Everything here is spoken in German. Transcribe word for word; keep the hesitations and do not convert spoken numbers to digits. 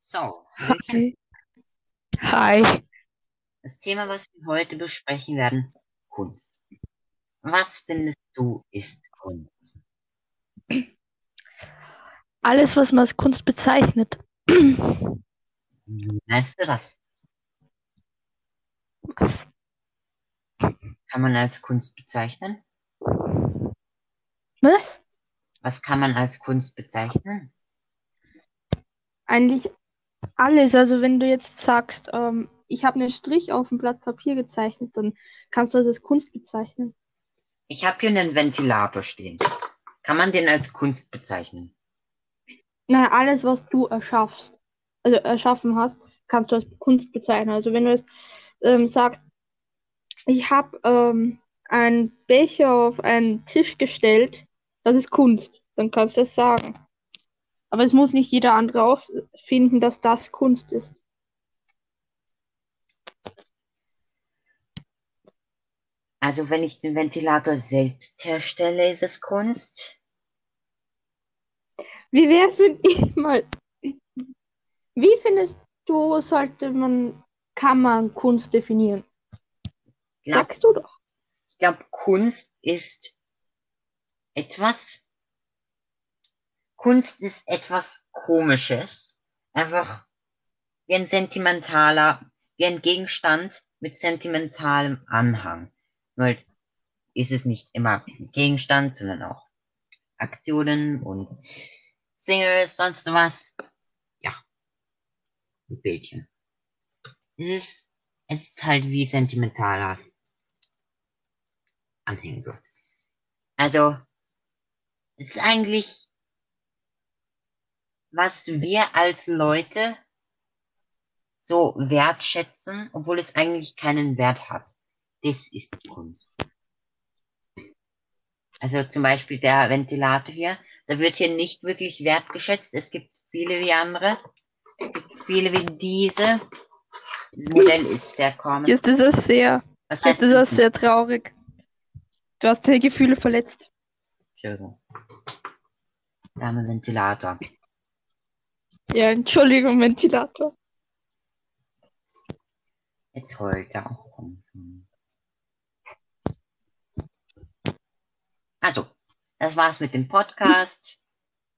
So, Hallöchen. Hi. Hi. Das Thema, was wir heute besprechen werden, Kunst. Was findest du ist Kunst? Alles, was man als Kunst bezeichnet. Wie meinst du das? Was? Kann man als Kunst bezeichnen? Was? Was kann man als Kunst bezeichnen? Eigentlich alles. Also wenn du jetzt sagst, ähm, ich habe einen Strich auf ein Blatt Papier gezeichnet, dann kannst du das als Kunst bezeichnen. Ich habe hier einen Ventilator stehen. Kann man den als Kunst bezeichnen? Naja, alles, was du erschaffst, also erschaffen hast, kannst du als Kunst bezeichnen. Also wenn du jetzt ähm, sagst, ich habe ähm, einen Becher auf einen Tisch gestellt, das ist Kunst, dann kannst du das sagen. Aber es muss nicht jeder andere auch finden, dass das Kunst ist. Also wenn ich den Ventilator selbst herstelle, ist es Kunst? Wie wär's mit ich mal? Wie findest du, sollte man, kann man Kunst definieren? Ich glaube, Sagst du doch. ich glaub, Kunst ist etwas, Kunst ist etwas Komisches. Einfach wie ein sentimentaler, wie ein Gegenstand mit sentimentalem Anhang. Nur ist es nicht immer ein Gegenstand, sondern auch Aktionen und Singles, sonst was. Ja, ein Bildchen. Es ist, es ist halt wie sentimentaler Anhängsel. Also, es ist eigentlich, was wir als Leute so wertschätzen, obwohl es eigentlich keinen Wert hat. Das ist Kunst. Also zum Beispiel der Ventilator hier, da wird hier nicht wirklich wertgeschätzt. Es gibt viele wie andere, viele wie diese. Dieses Modell ist sehr common. Jetzt ist es sehr, Was jetzt heißt ist das es sehr nicht? traurig. Du hast deine Gefühle verletzt. Entschuldigung. Dame Ventilator. Ja, Entschuldigung, Ventilator. Jetzt heult er auch rum. Also, das war's mit dem Podcast.